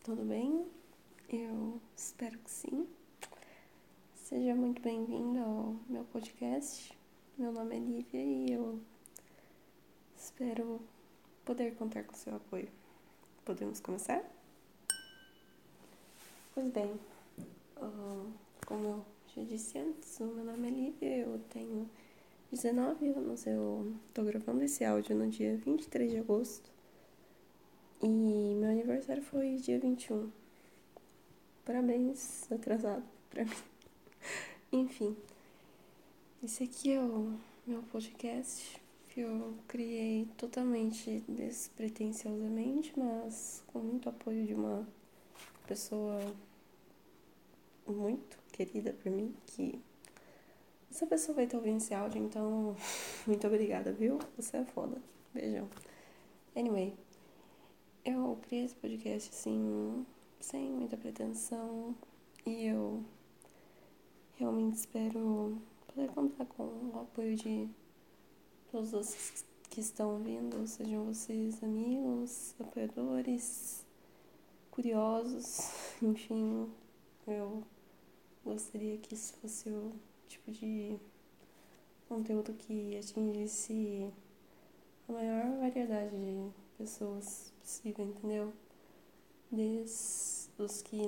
tudo bem? Eu espero que sim. Seja muito bem-vindo ao meu podcast. Meu nome é Lívia e eu espero poder contar com seu apoio. Podemos começar? Pois bem, como eu já disse antes, o meu nome é Lívia, eu tenho 19 anos, eu tô gravando esse áudio no dia 23 de agosto e meu aniversário foi dia 21. Parabéns, atrasado pra mim. Enfim, esse aqui é o meu podcast que eu criei totalmente despretensiosamente, mas com muito apoio de uma pessoa muito querida por mim, que essa pessoa vai estar ouvindo esse áudio, então muito obrigada, viu? Você é foda. Beijão. Anyway, eu criei esse podcast assim, sem muita pretensão, e eu realmente espero poder contar com o apoio de todos os que estão ouvindo, sejam vocês amigos, apoiadores, curiosos, enfim, eu gostaria que isso fosse o tipo de conteúdo que atingisse a maior variedade de pessoas possível, entendeu? Desde os que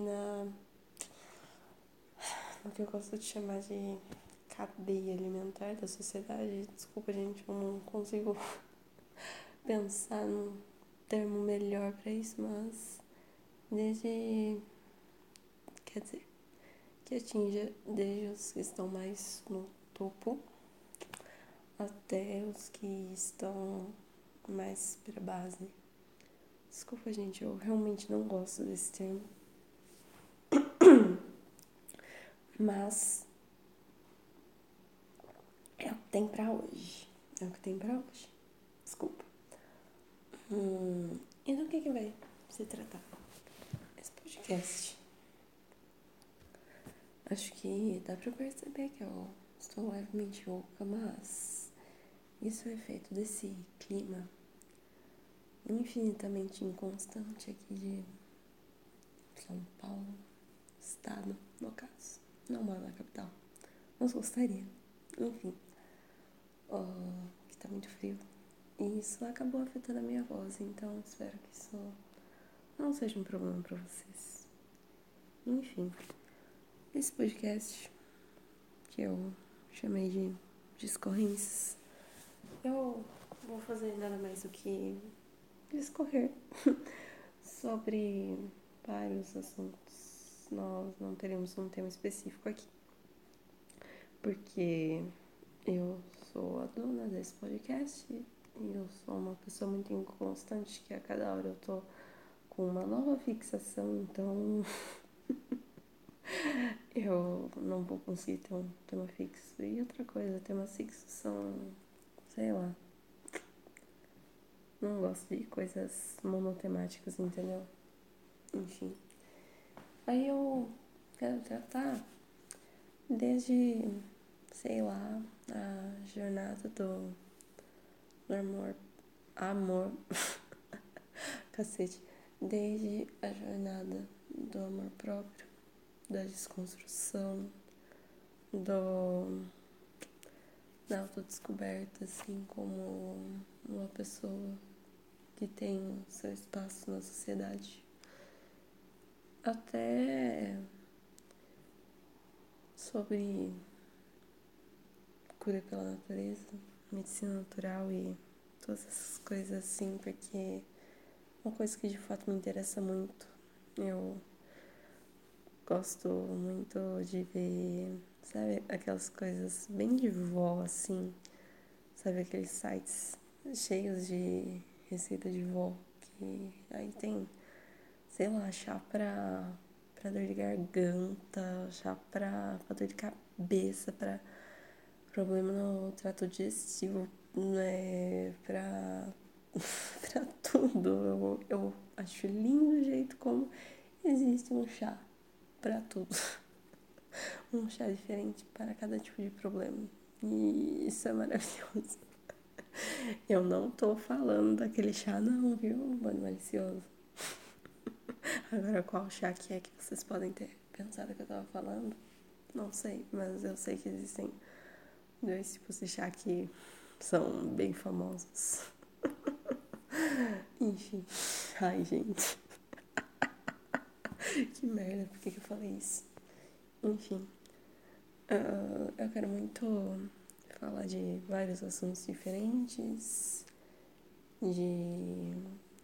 no que eu gosto de chamar de cadeia alimentar da sociedade. Desculpa, gente, eu não consigo pensar num termo melhor pra isso, mas quer dizer, que atinja desde os que estão mais no topo até os que estão mais pra base. Desculpa, gente, eu realmente não gosto desse termo. Mas é o que tem pra hoje. É o que tem pra hoje. Desculpa. E do que vai se tratar esse podcast? Acho que dá pra perceber que eu estou levemente rouca, mas isso é efeito desse clima infinitamente inconstante aqui de São Paulo, estado, no caso. Não moro na capital, mas gostaria. Enfim, que tá muito frio. E isso acabou afetando a minha voz, então espero que isso não seja um problema pra vocês. Enfim, esse podcast que eu chamei de discorrências, eu vou fazer nada mais do que discorrer sobre vários assuntos. Nós não teremos um tema específico aqui, porque eu sou a dona desse podcast e eu sou uma pessoa muito inconstante, que a cada hora eu tô com uma nova fixação, então eu não vou conseguir ter um tema fixo. E outra coisa, temas fixos são, sei lá, não gosto de coisas monotemáticas, entendeu? Enfim. Aí eu quero tratar desde, sei lá, a jornada do amor, cacete, desde a jornada do amor próprio, da desconstrução, da autodescoberta, assim, como uma pessoa que tem seu espaço na sociedade. Até sobre cura pela natureza, medicina natural e todas essas coisas assim, porque é uma coisa que de fato me interessa muito. Eu gosto muito de ver, sabe, aquelas coisas bem de vó, assim, sabe, aqueles sites cheios de receita de vó, que aí tem, sei lá, chá pra dor de garganta, chá pra dor de cabeça, pra problema no trato digestivo, né, pra tudo. Eu acho lindo o jeito como existe um chá pra tudo. Um chá diferente para cada tipo de problema. E isso é maravilhoso. Eu não tô falando daquele chá não, viu, mano malicioso. Agora, qual chá que é que vocês podem ter pensado que eu tava falando? Não sei, mas eu sei que existem dois tipos de chá que são bem famosos. Enfim. Ai, gente. Que merda, por que eu falei isso? Enfim. Eu quero muito falar de vários assuntos diferentes, de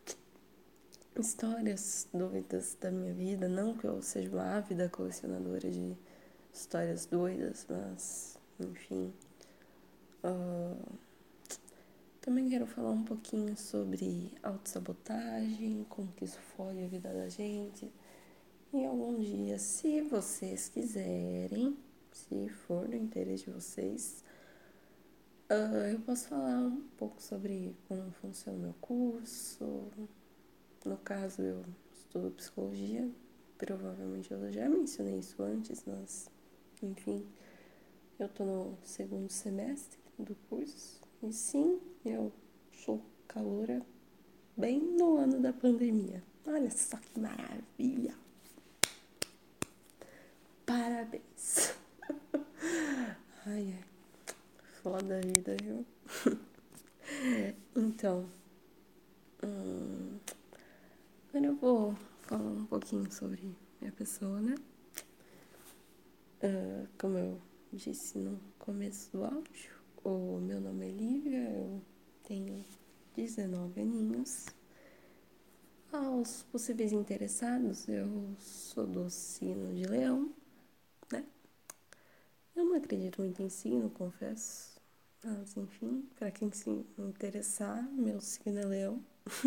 histórias, dúvidas da minha vida. Não que eu seja uma ávida colecionadora de histórias doidas, mas, enfim. Também quero falar um pouquinho sobre autossabotagem, como que isso fode a vida da gente. E algum dia, se vocês quiserem, se for do interesse de vocês, eu posso falar um pouco sobre como funciona o meu curso. No caso, eu estudo psicologia. Provavelmente eu já mencionei isso antes, mas, enfim, eu tô no segundo semestre do curso. E sim, eu sou caloura bem no ano da pandemia. Olha só que maravilha! Parabéns! Ai, ai, foda a vida, viu? Então, agora eu vou falar um pouquinho sobre minha pessoa, né? Como eu disse no começo do áudio, o meu nome é Lívia, eu tenho 19 aninhos. Aos possíveis interessados, eu sou do signo de Leão, né? Eu não acredito muito em signo, confesso. Mas, enfim, pra quem se interessar, meu signo é Leão.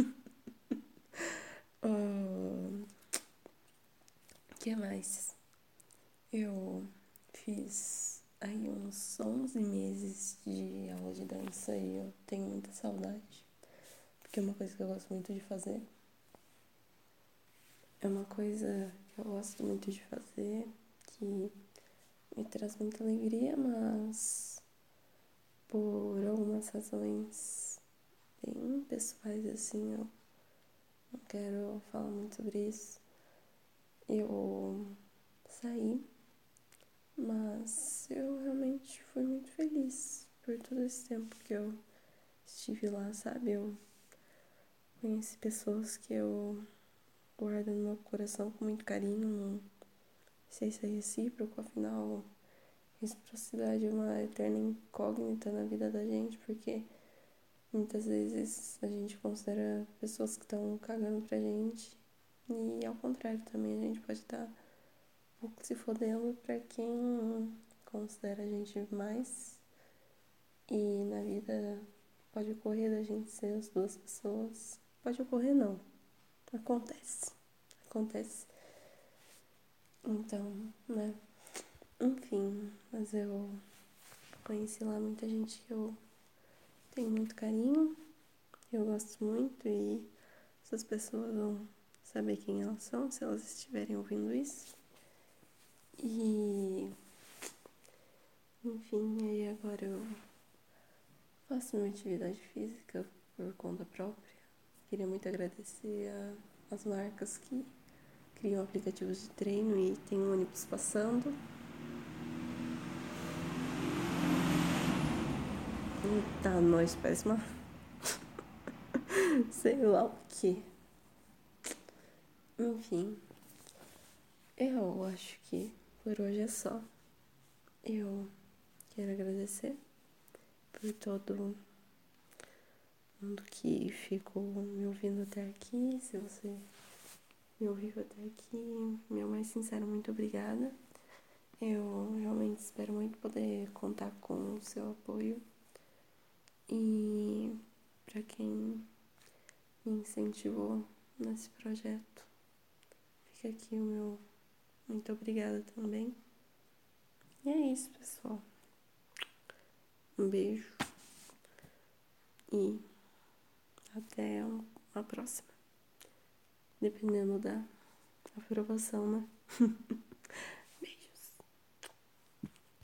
O que mais? Eu fiz aí uns 11 meses de aula de dança e eu tenho muita saudade, porque é uma coisa que eu gosto muito de fazer. É uma coisa que eu gosto muito de fazer, que me traz muita alegria, mas por algumas razões bem pessoais, assim, eu não quero falar muito sobre isso. Eu saí, mas eu realmente fui muito feliz por todo esse tempo que eu estive lá, sabe? Eu conheci pessoas que eu guardo no meu coração com muito carinho, não sei se é recíproco, afinal, reciprocidade é uma eterna incógnita na vida da gente, porque muitas vezes a gente considera pessoas que estão cagando pra gente e ao contrário também a gente pode estar um pouco se fodendo pra quem considera a gente mais. E na vida pode ocorrer da gente ser as duas pessoas. Pode ocorrer não. Acontece. Acontece. Então, né? Enfim, mas eu conheci lá muita gente que eu tenho muito carinho, eu gosto muito e essas pessoas vão saber quem elas são se elas estiverem ouvindo isso. E enfim, aí agora eu faço minha atividade física por conta própria. Queria muito agradecer as marcas que criam aplicativos de treino e tem um ônibus passando. Tá, nós parece uma sei lá o que. Enfim, eu acho que por hoje é só. Eu quero agradecer por todo mundo que ficou me ouvindo até aqui. Se você me ouviu até aqui, meu mais sincero muito obrigada. Eu realmente espero muito poder contar com o seu apoio. E para quem me incentivou nesse projeto, fica aqui o meu muito obrigada também. E é isso, pessoal. Um beijo e até a próxima. Dependendo da aprovação, né?